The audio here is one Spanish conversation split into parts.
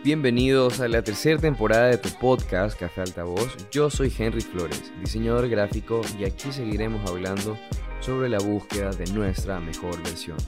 Bienvenidos a la tercera temporada de tu podcast Café Altavoz. Yo soy Henry Flores, diseñador gráfico, y aquí seguiremos hablando sobre la búsqueda de nuestra mejor versión.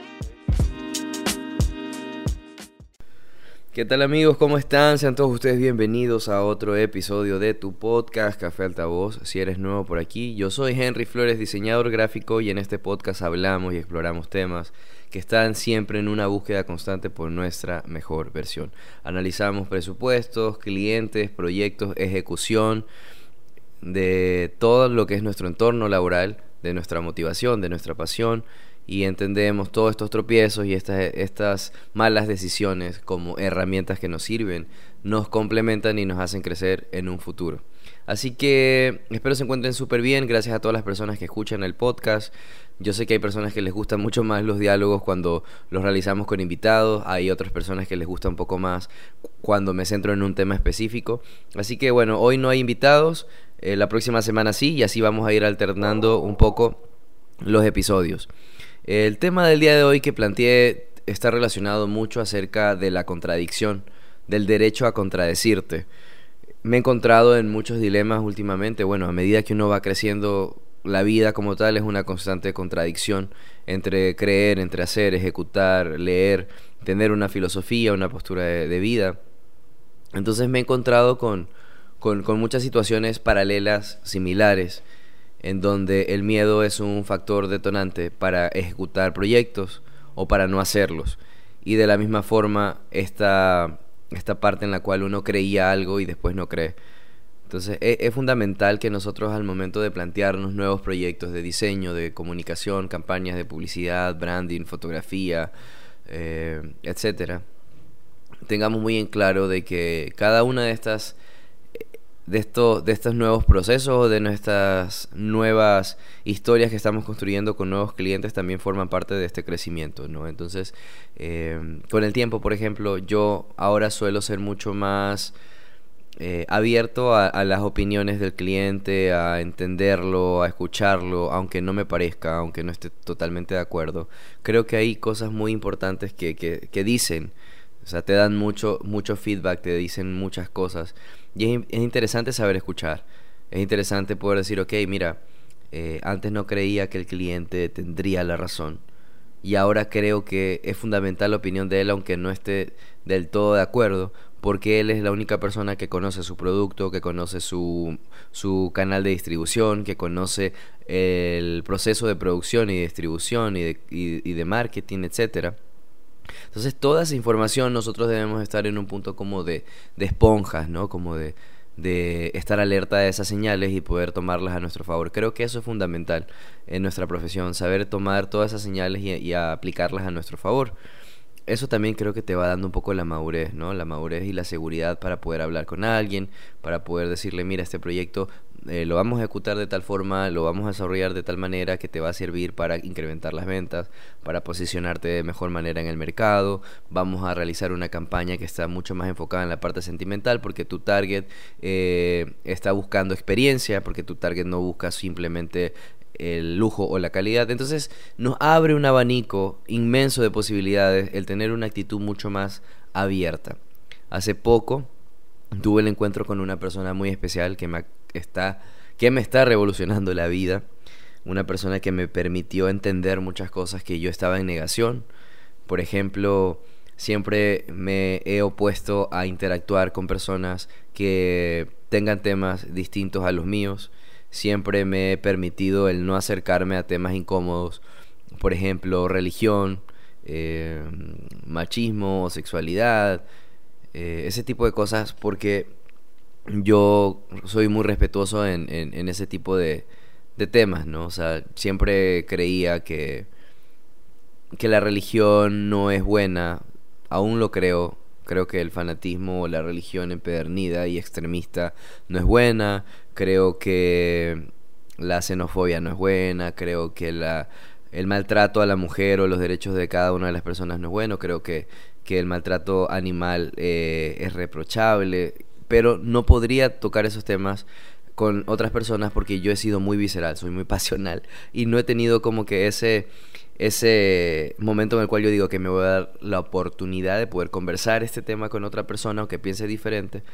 ¿Qué tal amigos? ¿Cómo están? Sean todos ustedes bienvenidos a otro episodio de tu podcast Café Altavoz. Si eres nuevo por aquí, yo soy Henry Flores, diseñador gráfico, y en este podcast hablamos y exploramos temas que están siempre en una búsqueda constante por nuestra mejor versión. Analizamos presupuestos, clientes, proyectos, ejecución de todo lo que es nuestro entorno laboral, de nuestra motivación, de nuestra pasión, y entendemos todos estos tropiezos y estas malas decisiones como herramientas que nos sirven, nos complementan y nos hacen crecer en un futuro. Así que espero se encuentren súper bien. Gracias a todas las personas que escuchan el podcast. Yo sé que hay personas que les gustan mucho más los diálogos cuando los realizamos con invitados. Hay otras personas que les gusta un poco más cuando me centro en un tema específico. Así que bueno, hoy no hay invitados, la próxima semana sí, y así vamos a ir alternando un poco los episodios. El tema del día de hoy que planteé está relacionado mucho acerca de la contradicción, del derecho a contradecirte. Me he encontrado en muchos dilemas últimamente. Bueno, a medida que uno va creciendo, la vida como tal es una constante contradicción entre creer, entre hacer, ejecutar, leer, tener una filosofía, una postura de vida. Entonces me he encontrado con muchas situaciones paralelas, similares, en donde el miedo es un factor detonante para ejecutar proyectos o para no hacerlos. Y de la misma forma, esta parte en la cual uno creía algo y después no cree. Entonces es fundamental que nosotros, al momento de plantearnos nuevos proyectos de diseño, de comunicación, campañas de publicidad, branding, fotografía, etcétera, tengamos muy en claro de que cada una de estos nuevos procesos, de nuestras nuevas historias que estamos construyendo con nuevos clientes, también forman parte de este crecimiento, ¿no? Entonces, con el tiempo, por ejemplo, yo ahora suelo ser mucho más abierto a las opiniones del cliente, a entenderlo, a escucharlo, aunque no me parezca, aunque no esté totalmente de acuerdo. Creo que hay cosas muy importantes que dicen, o sea, te dan mucho feedback, te dicen muchas cosas. Y es interesante saber escuchar. Es interesante poder decir, ok, mira, antes no creía que el cliente tendría la razón, y ahora creo que es fundamental la opinión de él, aunque no esté del todo de acuerdo, porque él es la única persona que conoce su producto, que conoce su canal de distribución, que conoce el proceso de producción y distribución y de marketing, etcétera. Entonces toda esa información nosotros debemos estar en un punto como de esponjas, ¿no? Como de estar alerta de esas señales y poder tomarlas a nuestro favor. Creo que eso es fundamental en nuestra profesión, saber tomar todas esas señales y aplicarlas a nuestro favor. Eso también creo que te va dando un poco la madurez, ¿no? La madurez y la seguridad para poder hablar con alguien, para poder decirle, mira, este proyecto lo vamos a ejecutar de tal forma, lo vamos a desarrollar de tal manera que te va a servir para incrementar las ventas, para posicionarte de mejor manera en el mercado. Vamos a realizar una campaña que está mucho más enfocada en la parte sentimental, porque tu target está buscando experiencia, porque tu target no busca simplemente el lujo o la calidad. Entonces nos abre un abanico inmenso de posibilidades el tener una actitud mucho más abierta. Hace poco tuve el encuentro con una persona muy especial que me está revolucionando la vida. Una persona que me permitió entender muchas cosas que yo estaba en negación. Por ejemplo, siempre me he opuesto a interactuar con personas que tengan temas distintos a los míos. Siempre me he permitido el no acercarme a temas incómodos, por ejemplo, religión, machismo, sexualidad, ese tipo de cosas, porque yo soy muy respetuoso en ese tipo de temas, ¿no? O sea, siempre creía que la religión no es buena, aún lo creo. Creo que el fanatismo o la religión empedernida y extremista no es buena. Creo que la xenofobia no es buena. Creo que el maltrato a la mujer o los derechos de cada una de las personas no es bueno. Creo que el maltrato animal es reprochable. Pero no podría tocar esos temas con otras personas porque yo he sido muy visceral, soy muy pasional y no he tenido como que ese momento en el cual yo digo que me voy a dar la oportunidad de poder conversar este tema con otra persona o que piense diferente,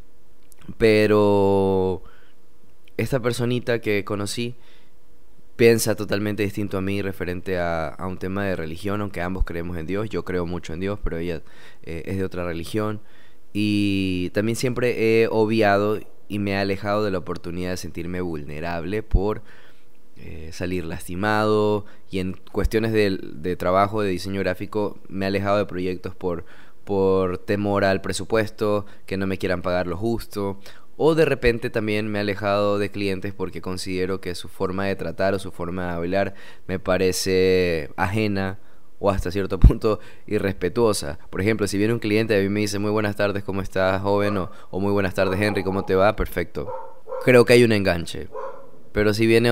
pero esta personita que conocí piensa totalmente distinto a mí referente a un tema de religión, aunque ambos creemos en Dios. Yo creo mucho en Dios, pero ella es de otra religión. Y también siempre he obviado y me he alejado de la oportunidad de sentirme vulnerable por salir lastimado, y en cuestiones de trabajo, de diseño gráfico, me he alejado de proyectos por temor al presupuesto, que no me quieran pagar lo justo, o de repente también me he alejado de clientes porque considero que su forma de tratar o su forma de hablar me parece ajena o hasta cierto punto irrespetuosa. Por ejemplo, si viene un cliente y a mí me dice muy buenas tardes, ¿cómo estás, joven? O muy buenas tardes, Henry, ¿cómo te va? Perfecto. Creo que hay un enganche. Pero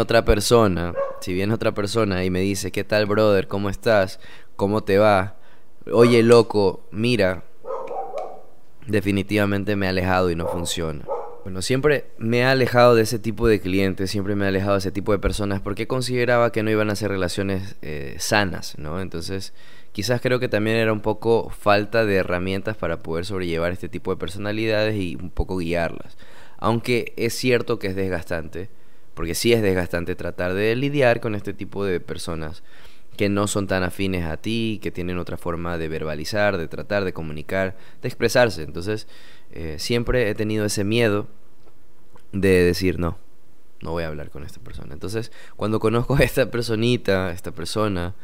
si viene otra persona y me dice, ¿qué tal, brother? ¿Cómo estás? ¿Cómo te va? Oye, loco, mira, definitivamente me he alejado y no funciona. Bueno, siempre me he alejado de ese tipo de clientes, siempre me he alejado de ese tipo de personas porque consideraba que no iban a ser relaciones sanas, ¿no? Entonces, quizás creo que también era un poco falta de herramientas para poder sobrellevar este tipo de personalidades y un poco guiarlas. Aunque es cierto que es desgastante, porque sí es desgastante tratar de lidiar con este tipo de personas que no son tan afines a ti, que tienen otra forma de verbalizar, de tratar, de comunicar, de expresarse. Entonces, siempre he tenido ese miedo de decir no voy a hablar con esta persona. Entonces, cuando conozco a esta persona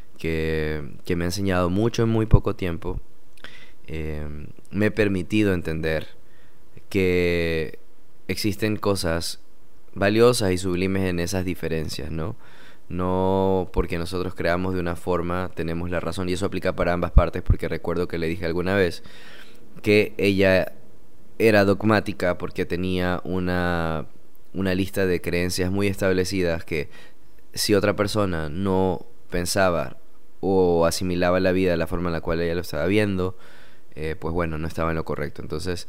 que me ha enseñado mucho en muy poco tiempo, me he permitido entender que existen cosas valiosas y sublimes en esas diferencias, ¿no? No porque nosotros creamos de una forma tenemos la razón, y eso aplica para ambas partes, porque recuerdo que le dije alguna vez que ella era dogmática porque tenía una lista de creencias muy establecidas que si otra persona no pensaba o asimilaba la vida de la forma en la cual ella lo estaba viendo, pues bueno, no estaba en lo correcto. Entonces,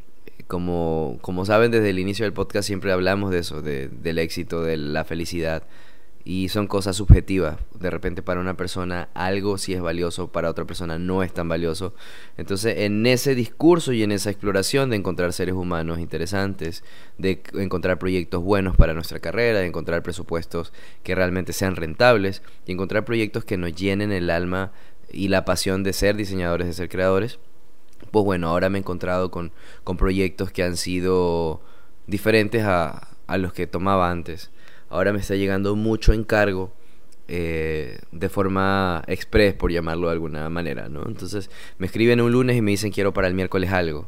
como saben, desde el inicio del podcast siempre hablamos de eso, del éxito, de la felicidad. Y son cosas subjetivas. De repente para una persona algo sí es valioso, para otra persona no es tan valioso. Entonces, en ese discurso y en esa exploración de encontrar seres humanos interesantes, de encontrar proyectos buenos para nuestra carrera, de encontrar presupuestos que realmente sean rentables, y encontrar proyectos que nos llenen el alma y la pasión de ser diseñadores, de ser creadores, pues bueno, ahora me he encontrado con proyectos que han sido diferentes a los que tomaba antes. Ahora me está llegando mucho encargo de forma express, por llamarlo de alguna manera, ¿no? Entonces me escriben un lunes y me dicen quiero para el miércoles algo.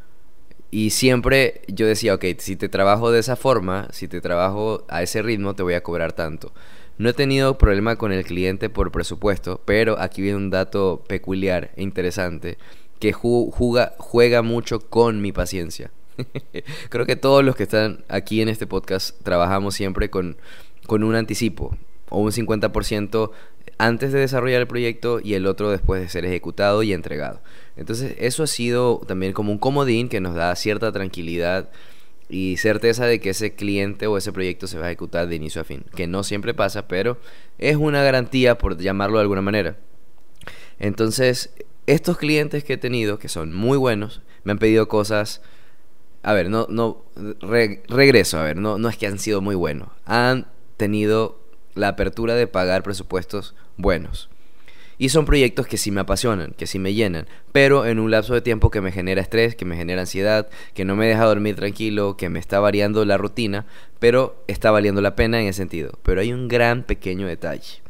Y siempre yo decía, ok, si te trabajo de esa forma, si te trabajo a ese ritmo, te voy a cobrar tanto. No he tenido problema con el cliente por presupuesto, pero aquí viene un dato peculiar e interesante que juega mucho con mi paciencia. Creo que todos los que están aquí en este podcast trabajamos siempre con un anticipo o un 50% antes de desarrollar el proyecto y el otro después de ser ejecutado y entregado. Entonces eso ha sido también como un comodín que nos da cierta tranquilidad y certeza de que ese cliente o ese proyecto se va a ejecutar de inicio a fin, que no siempre pasa, pero es una garantía, por llamarlo de alguna manera. Entonces, estos clientes que he tenido, que son muy buenos, me han pedido cosas. A ver, regreso, a ver, no es que han sido muy buenos. Han tenido la apertura de pagar presupuestos buenos. Y son proyectos que sí me apasionan, que sí me llenan, pero en un lapso de tiempo que me genera estrés, que me genera ansiedad, que no me deja dormir tranquilo, que me está variando la rutina, pero está valiendo la pena en ese sentido. Pero hay un gran pequeño detalle.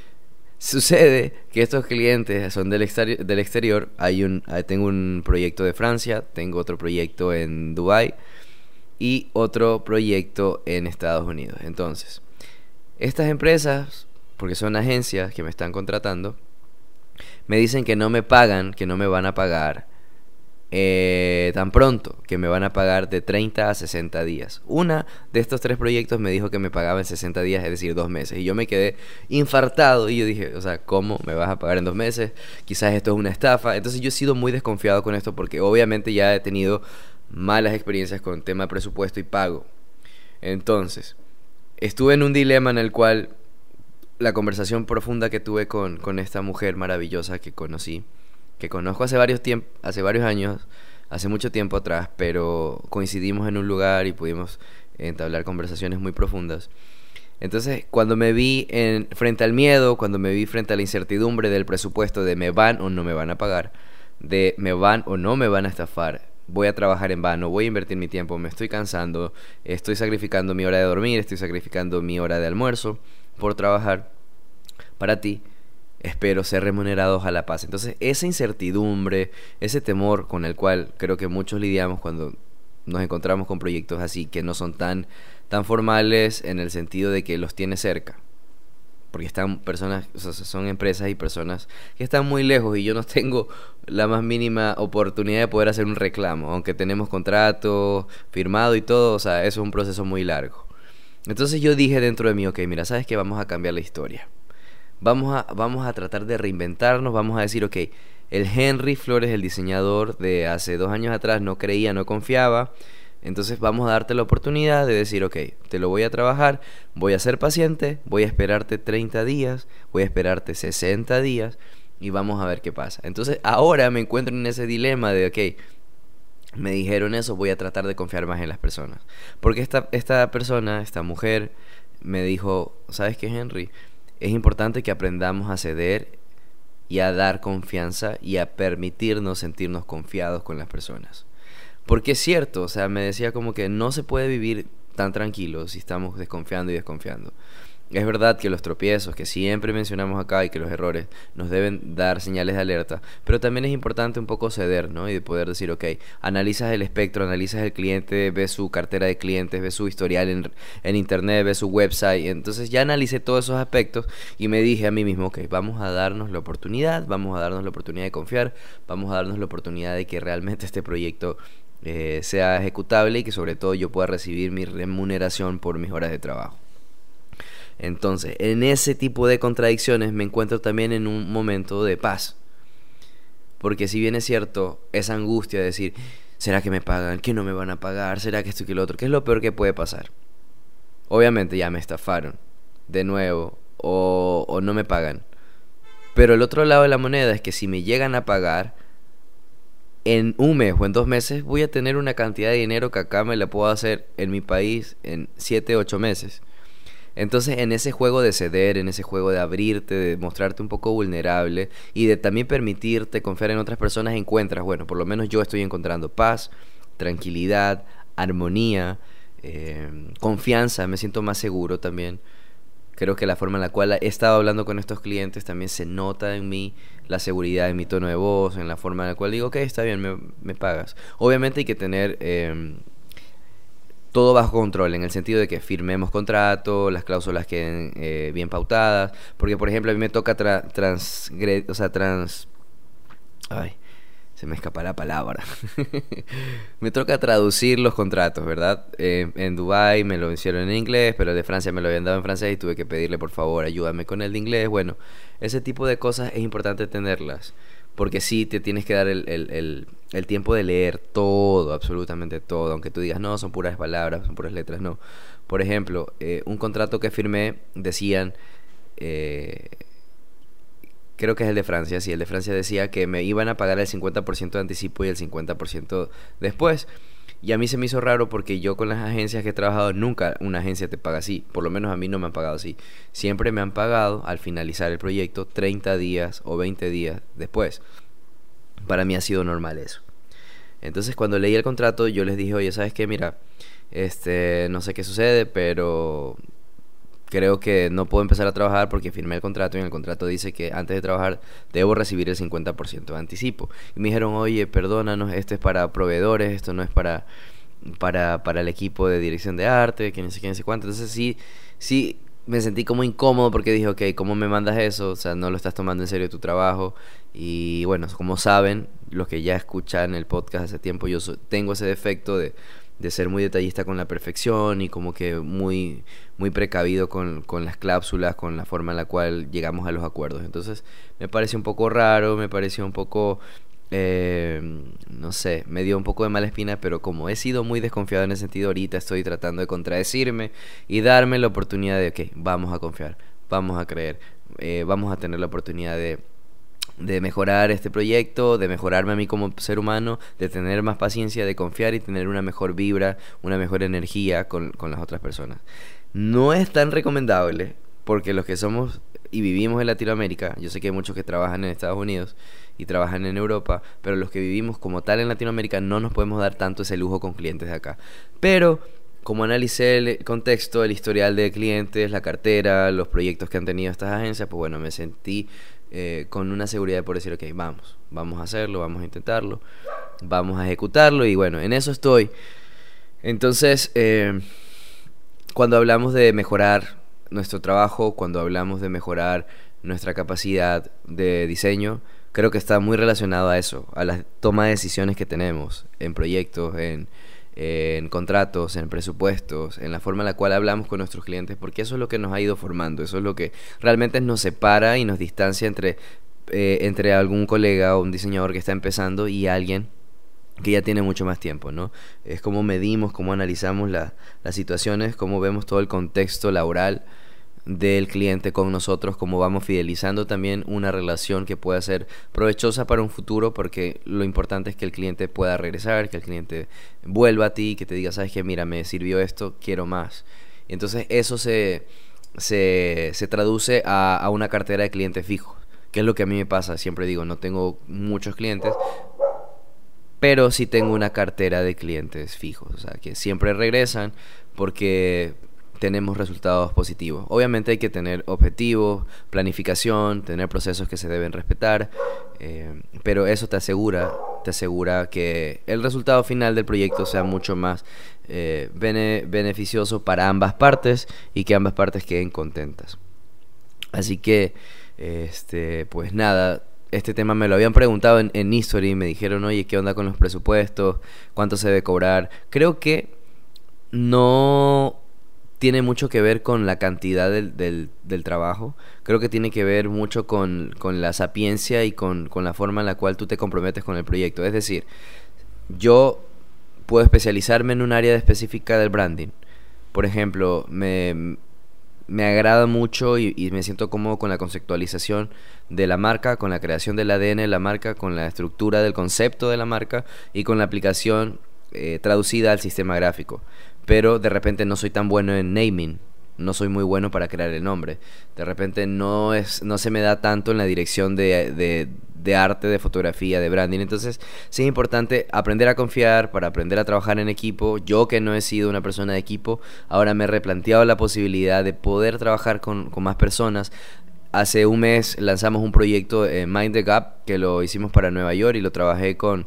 Sucede que estos clientes son del exterior. Tengo un proyecto de Francia, tengo otro proyecto en Dubái y otro proyecto en Estados Unidos. Entonces, estas empresas, porque son agencias que me están contratando, me dicen que no me pagan, que no me van a pagar tan pronto, que me van a pagar de 30 a 60 días. Una de estos 3 proyectos me dijo que me pagaba en 60 días, es decir, 2 meses. Y yo me quedé infartado y yo dije, o sea, ¿cómo me vas a pagar en 2 meses? Quizás esto es una estafa. Entonces yo he sido muy desconfiado con esto porque obviamente ya he tenido malas experiencias con tema de presupuesto y pago. Entonces, estuve en un dilema en el cual la conversación profunda que tuve con esta mujer maravillosa que conocí, que conozco hace varios años, hace mucho tiempo atrás, pero coincidimos en un lugar y pudimos entablar conversaciones muy profundas. Entonces, cuando me vi frente al miedo, cuando me vi frente a la incertidumbre del presupuesto de me van o no me van a pagar, de me van o no me van a estafar, voy a trabajar en vano, voy a invertir mi tiempo, me estoy cansando, estoy sacrificando mi hora de dormir, estoy sacrificando mi hora de almuerzo por trabajar para ti, espero ser remunerados a la paz. Entonces, esa incertidumbre, ese temor con el cual creo que muchos lidiamos cuando nos encontramos con proyectos así que no son tan formales en el sentido de que los tiene cerca. Porque están personas, o sea, son empresas y personas que están muy lejos y yo no tengo la más mínima oportunidad de poder hacer un reclamo, aunque tenemos contrato firmado y todo, o sea, eso es un proceso muy largo. Entonces yo dije dentro de mí, ok, mira, ¿sabes qué? Vamos a cambiar la historia. Vamos a tratar de reinventarnos, vamos a decir, ok, el Henry Flores, el diseñador de hace 2 años atrás, no creía, no confiaba. Entonces vamos a darte la oportunidad de decir, ok, te lo voy a trabajar, voy a ser paciente, voy a esperarte 30 días, voy a esperarte 60 días y vamos a ver qué pasa. Entonces ahora me encuentro en ese dilema de, ok, me dijeron eso, voy a tratar de confiar más en las personas. Porque esta persona, esta mujer, me dijo, ¿sabes qué, Henry? Es importante que aprendamos a ceder y a dar confianza y a permitirnos sentirnos confiados con las personas. Porque es cierto, o sea, me decía como que no se puede vivir tan tranquilo si estamos desconfiando y desconfiando. Es verdad que los tropiezos que siempre mencionamos acá y que los errores nos deben dar señales de alerta, pero también es importante un poco ceder, ¿no? Y de poder decir, ok, analizas el espectro, analizas el cliente, ves su cartera de clientes, ves su historial en internet, ves su website. Entonces ya analicé todos esos aspectos y me dije a mí mismo, ok, vamos a darnos la oportunidad, vamos a darnos la oportunidad de confiar, vamos a darnos la oportunidad de que realmente este proyecto sea ejecutable y que sobre todo yo pueda recibir mi remuneración por mis horas de trabajo. Entonces, en ese tipo de contradicciones me encuentro también en un momento de paz. Porque si bien es cierto, esa angustia de decir, ¿será que me pagan? ¿Qué no me van a pagar? ¿Será que esto y que lo otro? ¿Qué es lo peor que puede pasar? Obviamente ya me estafaron de nuevo o no me pagan. Pero el otro lado de la moneda es que si me llegan a pagar, en un mes o en 2 meses voy a tener una cantidad de dinero que acá me la puedo hacer en mi país en 7, 8 meses. Entonces, en ese juego de ceder, en ese juego de abrirte, de mostrarte un poco vulnerable y de también permitirte confiar en otras personas, encuentras, bueno, por lo menos yo estoy encontrando paz, tranquilidad, armonía, confianza, me siento más seguro también. Creo que la forma en la cual he estado hablando con estos clientes también se nota en mí la seguridad, en mi tono de voz, en la forma en la cual digo, ok, está bien, me pagas. Obviamente hay que tener todo bajo control, en el sentido de que firmemos contrato, las cláusulas queden bien pautadas, porque por ejemplo a mí me toca ay, se me escapa la palabra. Me toca traducir los contratos, ¿verdad? En Dubái me lo hicieron en inglés, pero de Francia me lo habían dado en francés y tuve que pedirle, por favor, ayúdame con el de inglés. Bueno, ese tipo de cosas es importante tenerlas, porque sí te tienes que dar el tiempo de leer todo, absolutamente todo, aunque tú digas, no, son puras palabras, son puras letras, no. Por ejemplo, un contrato que firmé decían... creo que es el de Francia, sí, el de Francia decía que me iban a pagar el 50% de anticipo y el 50% después. Y a mí se me hizo raro porque yo con las agencias que he trabajado, nunca una agencia te paga así. Por lo menos a mí no me han pagado así. Siempre me han pagado al finalizar el proyecto 30 días o 20 días después. Para mí ha sido normal eso. Entonces cuando leí el contrato yo les dije, oye, ¿sabes qué? Mira, no sé qué sucede, pero... creo que no puedo empezar a trabajar porque firmé el contrato y en el contrato dice que antes de trabajar debo recibir el 50% de anticipo. Y me dijeron, oye, perdónanos, esto es para proveedores, esto no es para el equipo de dirección de arte, que no sé qué, no sé cuánto. Entonces sí me sentí como incómodo porque dije, ok, ¿cómo me mandas eso? O sea, no lo estás tomando en serio tu trabajo. Y bueno, como saben, los que ya escuchan el podcast hace tiempo, yo tengo ese defecto de ser muy detallista con la perfección y como que muy precavido con las cláusulas, con la forma en la cual llegamos a los acuerdos. Entonces me pareció un poco raro, me pareció un poco, no sé, me dio un poco de mala espina, pero como he sido muy desconfiado en ese sentido, ahorita estoy tratando de contradecirme y darme la oportunidad de, ok, vamos a confiar, vamos a creer, vamos a tener la oportunidad de mejorar este proyecto, de mejorarme a mí como ser humano, de tener más paciencia, de confiar y tener una mejor vibra, una mejor energía con las otras personas. No es tan recomendable porque los que somos y vivimos en Latinoamérica, yo sé que hay muchos que trabajan en Estados Unidos y trabajan en Europa, pero los que vivimos como tal en Latinoamérica no nos podemos dar tanto ese lujo con clientes de acá. Pero como analicé el contexto, el historial de clientes, la cartera, los proyectos que han tenido estas agencias, pues bueno, me sentí con una seguridad de poder decir, ok, vamos a hacerlo, vamos a intentarlo, vamos a ejecutarlo y bueno, en eso estoy. Entonces, cuando hablamos de mejorar nuestro trabajo, cuando hablamos de mejorar nuestra capacidad de diseño, creo que está muy relacionado a eso, a la toma de decisiones que tenemos en proyectos, en contratos, en presupuestos, en la forma en la cual hablamos con nuestros clientes, porque eso es lo que nos ha ido formando, eso es lo que realmente nos separa y nos distancia entre algún colega o un diseñador que está empezando y alguien que ya tiene mucho más tiempo, ¿no? Es cómo medimos, cómo analizamos las situaciones, cómo vemos todo el contexto laboral del cliente con nosotros, cómo vamos fidelizando también una relación que pueda ser provechosa para un futuro, porque lo importante es que el cliente pueda regresar, que el cliente vuelva a ti, que te diga, sabes que mira, me sirvió esto, quiero más. Y entonces eso se traduce a una cartera de clientes fijos, que es lo que a mí me pasa, siempre digo, no tengo muchos clientes, pero sí tengo una cartera de clientes fijos, o sea, que siempre regresan porque tenemos resultados positivos. Obviamente hay que tener objetivos, planificación, tener procesos que se deben respetar, pero eso te asegura que el resultado final del proyecto sea mucho más beneficioso para ambas partes y que ambas partes queden contentas. Así que, pues nada, este tema me lo habían preguntado en History y me dijeron, oye, ¿qué onda con los presupuestos? ¿Cuánto se debe cobrar? Creo que no tiene mucho que ver con la cantidad del trabajo. Creo que tiene que ver mucho con la sapiencia y con la forma en la cual tú te comprometes con el proyecto. Es decir, yo puedo especializarme en un área específica del branding. Por ejemplo, me agrada mucho y me siento cómodo con la conceptualización de la marca, con la creación del ADN de la marca, con la estructura del concepto de la marca y con la aplicación traducida al sistema gráfico. Pero de repente no soy tan bueno en naming, no soy muy bueno para crear el nombre. De repente no se me da tanto en la dirección de arte, de fotografía, de branding. Entonces sí es importante aprender a confiar para aprender a trabajar en equipo. Yo, que no he sido una persona de equipo, ahora me he replanteado la posibilidad de poder trabajar con más personas. Hace un mes lanzamos un proyecto, Mind the Gap, que lo hicimos para Nueva York y lo trabajé con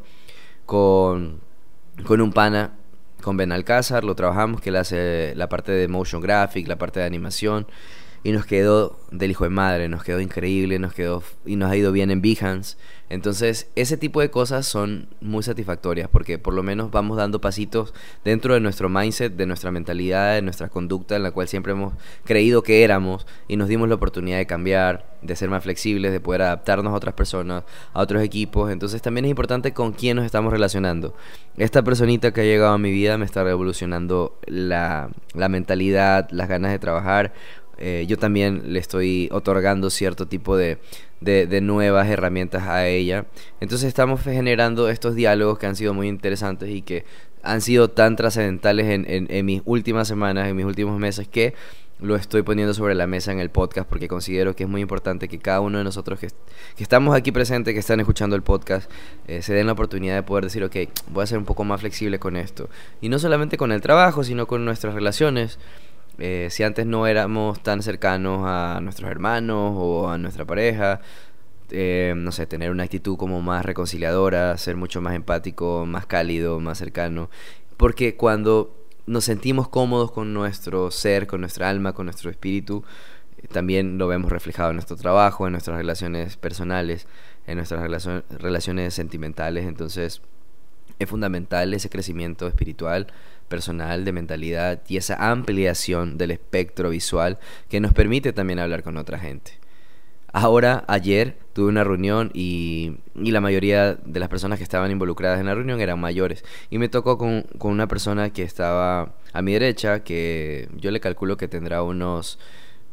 un pana, con Ben Alcázar, lo trabajamos, que él hace la parte de motion graphic, la parte de animación, y nos quedó del hijo de madre, nos quedó increíble, nos ha ido bien en Behance. Entonces ese tipo de cosas son muy satisfactorias porque por lo menos vamos dando pasitos dentro de nuestro mindset, de nuestra mentalidad, de nuestra conducta en la cual siempre hemos creído que éramos, y nos dimos la oportunidad de cambiar, de ser más flexibles, de poder adaptarnos a otras personas, a otros equipos. Entonces también es importante con quién nos estamos relacionando. Esta personita que ha llegado a mi vida me está revolucionando la mentalidad, las ganas de trabajar. Yo también le estoy otorgando cierto tipo de nuevas herramientas a ella. Entonces estamos generando estos diálogos que han sido muy interesantes y que han sido tan trascendentales en mis últimas semanas, en mis últimos meses, que lo estoy poniendo sobre la mesa en el podcast, porque considero que es muy importante que cada uno de nosotros que estamos aquí presentes, que están escuchando el podcast, se den la oportunidad de poder decir, ok, voy a ser un poco más flexible con esto. Y no solamente con el trabajo, sino con nuestras relaciones. Si antes no éramos tan cercanos a nuestros hermanos o a nuestra pareja, no sé, tener una actitud como más reconciliadora, ser mucho más empático, más cálido, más cercano. Porque cuando nos sentimos cómodos con nuestro ser, con nuestra alma, con nuestro espíritu, también lo vemos reflejado en nuestro trabajo, en nuestras relaciones personales, en nuestras relaciones sentimentales. Entonces es fundamental ese crecimiento espiritual, personal, de mentalidad y esa ampliación del espectro visual que nos permite también hablar con otra gente. Ayer tuve una reunión y la mayoría de las personas que estaban involucradas en la reunión eran mayores, y me tocó con una persona que estaba a mi derecha, que yo le calculo que tendrá unos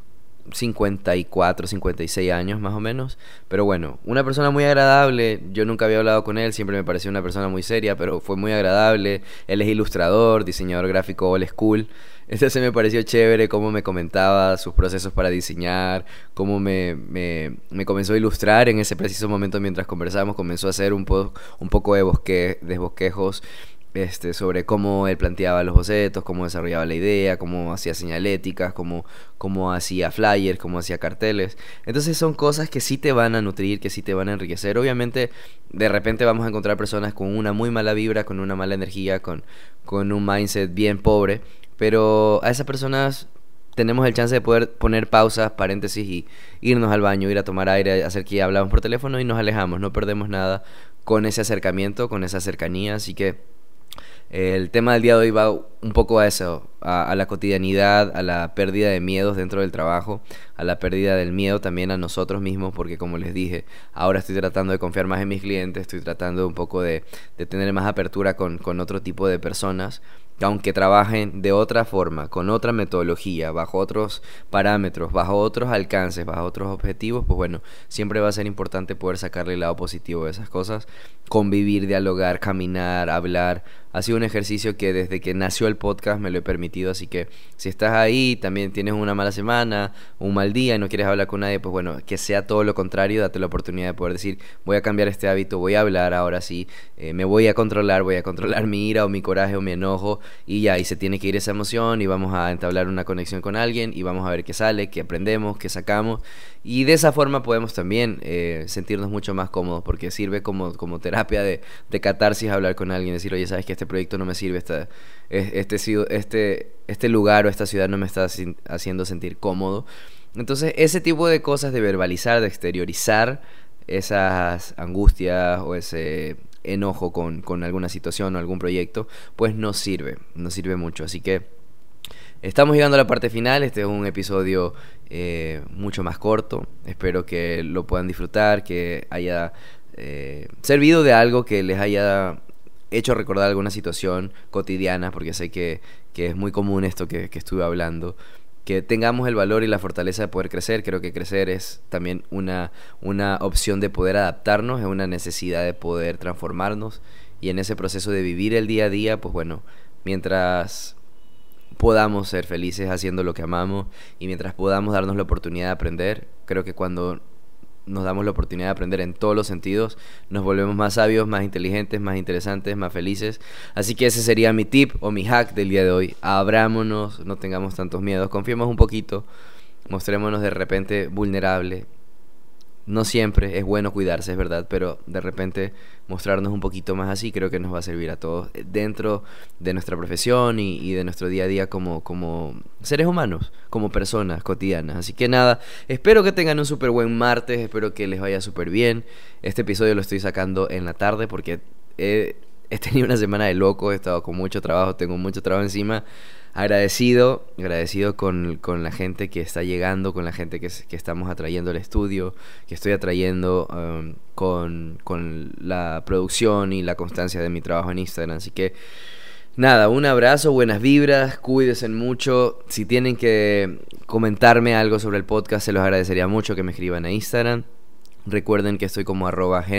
54, 56 años más o menos. Pero bueno, una persona muy agradable. Yo nunca había hablado con él, siempre me pareció una persona muy seria, pero fue muy agradable. Él es ilustrador, diseñador gráfico old school. Entonces me pareció chévere cómo me comentaba sus procesos para diseñar, cómo me comenzó a ilustrar en ese preciso momento mientras conversábamos. Comenzó a hacer un poco de bosquejos sobre cómo él planteaba los bocetos, cómo desarrollaba la idea, cómo hacía señaléticas, cómo hacía flyers, cómo hacía carteles. Entonces son cosas que sí te van a nutrir, que sí te van a enriquecer. Obviamente, de repente vamos a encontrar personas con una muy mala vibra, con una mala energía, con un mindset bien pobre, pero a esas personas tenemos el chance de poder poner pausas, paréntesis y irnos al baño, ir a tomar aire, hacer que hablamos por teléfono y nos alejamos. No perdemos nada con ese acercamiento, con esa cercanía. Así que el tema del día de hoy va un poco a eso, a la cotidianidad, a la pérdida de miedos dentro del trabajo, a la pérdida del miedo también a nosotros mismos, porque como les dije, ahora estoy tratando de confiar más en mis clientes, estoy tratando un poco de tener más apertura con otro tipo de personas, aunque trabajen de otra forma, con otra metodología, bajo otros parámetros, bajo otros alcances, bajo otros objetivos. Pues bueno, siempre va a ser importante poder sacarle el lado positivo de esas cosas, convivir, dialogar, caminar, hablar. Ha sido un ejercicio que desde que nació el podcast me lo he permitido, así que si estás ahí, también tienes una mala semana, un mal día y no quieres hablar con nadie, pues bueno, que sea todo lo contrario. Date la oportunidad de poder decir, voy a cambiar este hábito, voy a hablar ahora sí, me voy a controlar mi ira o mi coraje o mi enojo, y ya, y se tiene que ir esa emoción y vamos a entablar una conexión con alguien y vamos a ver qué sale, qué aprendemos, qué sacamos, y de esa forma podemos también sentirnos mucho más cómodos, porque sirve como terapia de catarsis hablar con alguien, decir, oye, sabes que este proyecto no me sirve, este lugar o esta ciudad no me está haciendo sentir cómodo. Entonces ese tipo de cosas, de verbalizar, de exteriorizar esas angustias o ese enojo con alguna situación o algún proyecto, pues nos sirve mucho. Así que estamos llegando a la parte final. Este es un episodio mucho más corto. Espero que lo puedan disfrutar, que haya servido de algo, que les haya hecho recordar alguna situación cotidiana, porque sé que es muy común esto que estuve hablando. Que tengamos el valor y la fortaleza de poder crecer. Creo que crecer es también una opción de poder adaptarnos, es una necesidad de poder transformarnos, y en ese proceso de vivir el día a día, pues bueno, mientras podamos ser felices haciendo lo que amamos y mientras podamos darnos la oportunidad de aprender, creo que cuando nos damos la oportunidad de aprender en todos los sentidos, nos volvemos más sabios, más inteligentes, más interesantes, más felices. Así que ese sería mi tip o mi hack del día de hoy. Abrámonos, no tengamos tantos miedos, confiemos un poquito, mostrémonos de repente vulnerables. No siempre es bueno cuidarse, es verdad, pero de repente mostrarnos un poquito más así creo que nos va a servir a todos dentro de nuestra profesión y de nuestro día a día como seres humanos, como personas cotidianas. Así que nada, espero que tengan un súper buen martes, espero que les vaya súper bien. Este episodio lo estoy sacando en la tarde porque he tenido una semana de loco, he estado con mucho trabajo, tengo mucho trabajo encima. Agradecido con la gente que está llegando, con la gente que estamos atrayendo al estudio, que estoy atrayendo con la producción y la constancia de mi trabajo en Instagram. Así que nada, un abrazo, buenas vibras, cuídense mucho. Si tienen que comentarme algo sobre el podcast, se los agradecería mucho que me escriban a Instagram. Recuerden que estoy como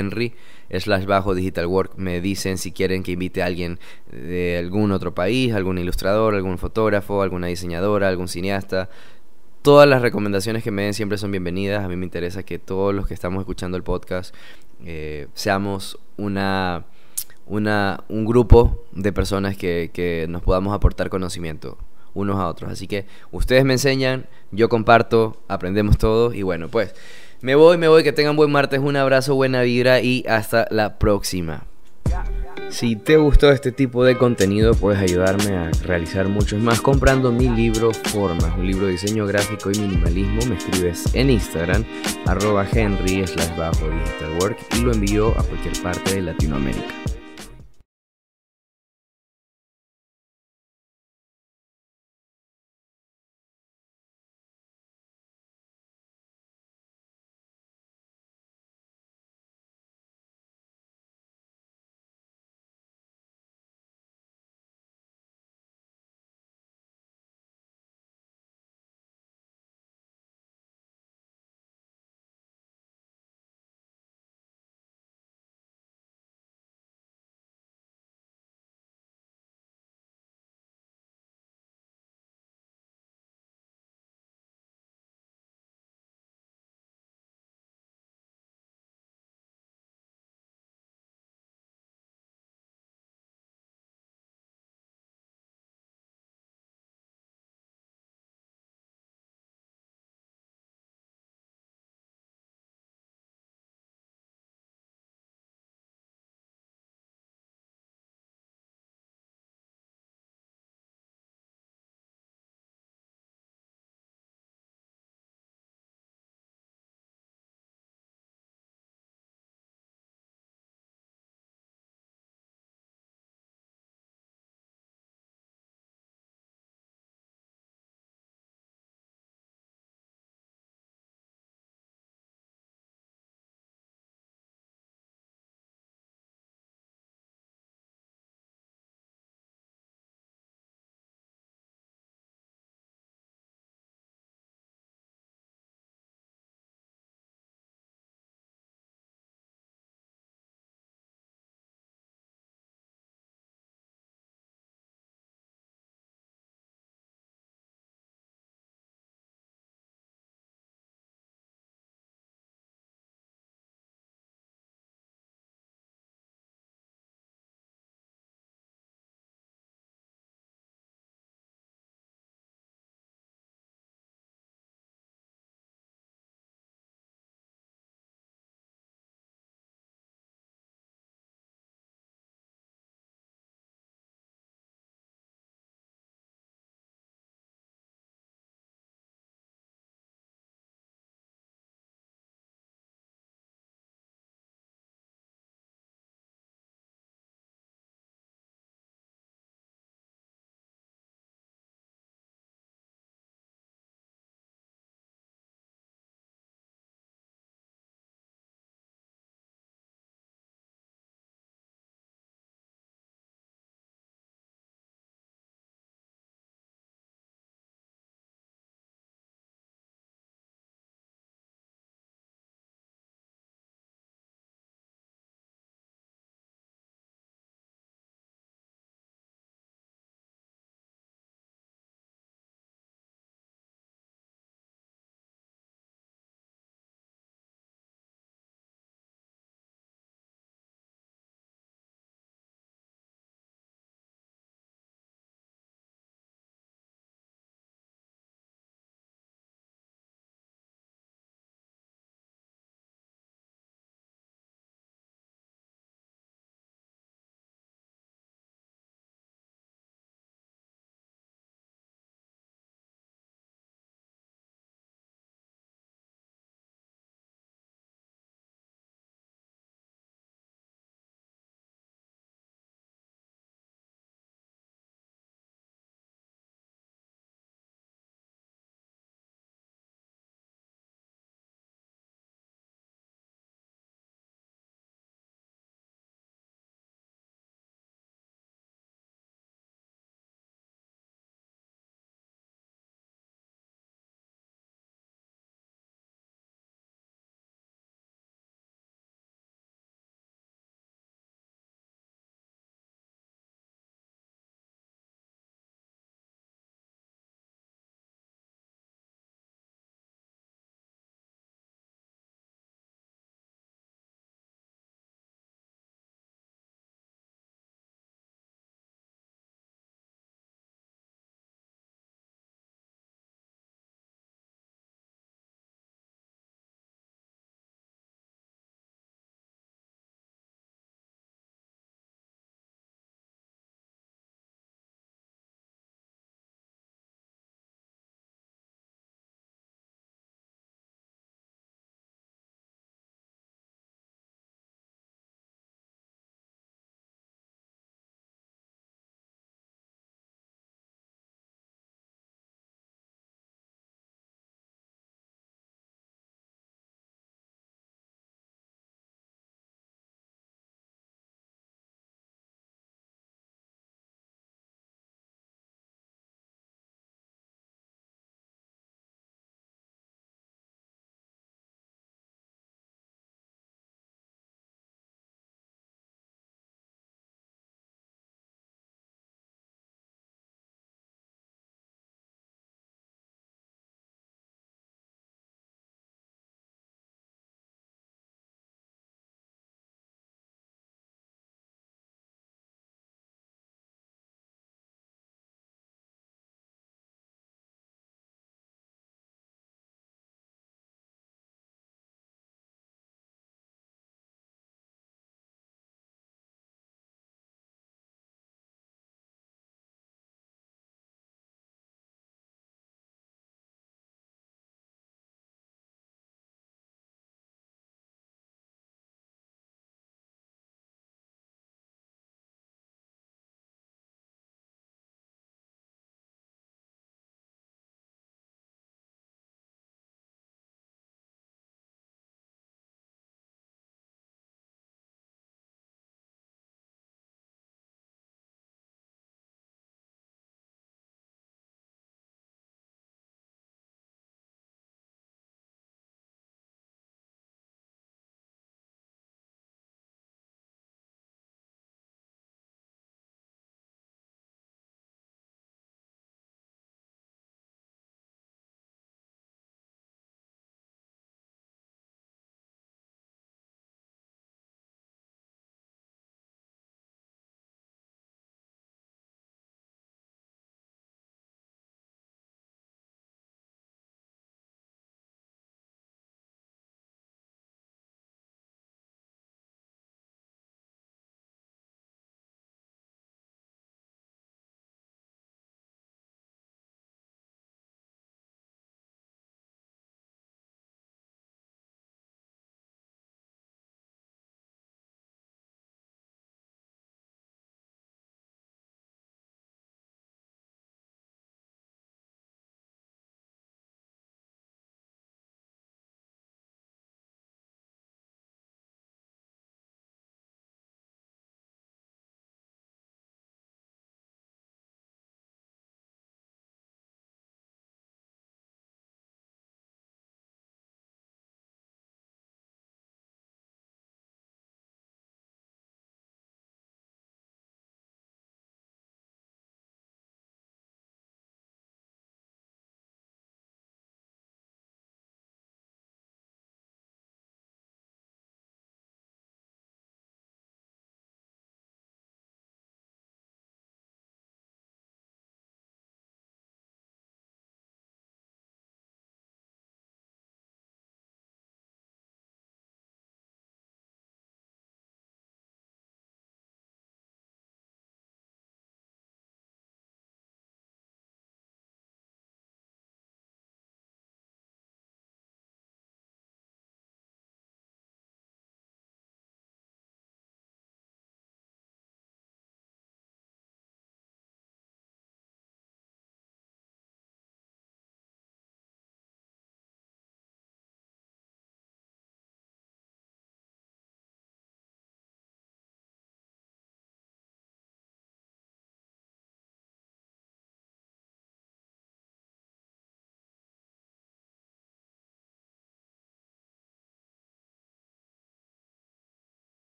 @henry_digitalwork. Me dicen si quieren que invite a alguien de algún otro país, algún ilustrador, algún fotógrafo, alguna diseñadora, algún cineasta. Todas las recomendaciones que me den siempre son bienvenidas. A mí me interesa que todos los que estamos escuchando el podcast seamos un grupo de personas que nos podamos aportar conocimiento unos a otros. Así que ustedes me enseñan, yo comparto, aprendemos todos. Y bueno, pues me voy, que tengan buen martes, un abrazo, buena vibra y hasta la próxima. Si te gustó este tipo de contenido, puedes ayudarme a realizar muchos más comprando mi libro Formas, un libro de diseño gráfico y minimalismo. Me escribes en Instagram @henry_digitalwork y lo envío a cualquier parte de Latinoamérica.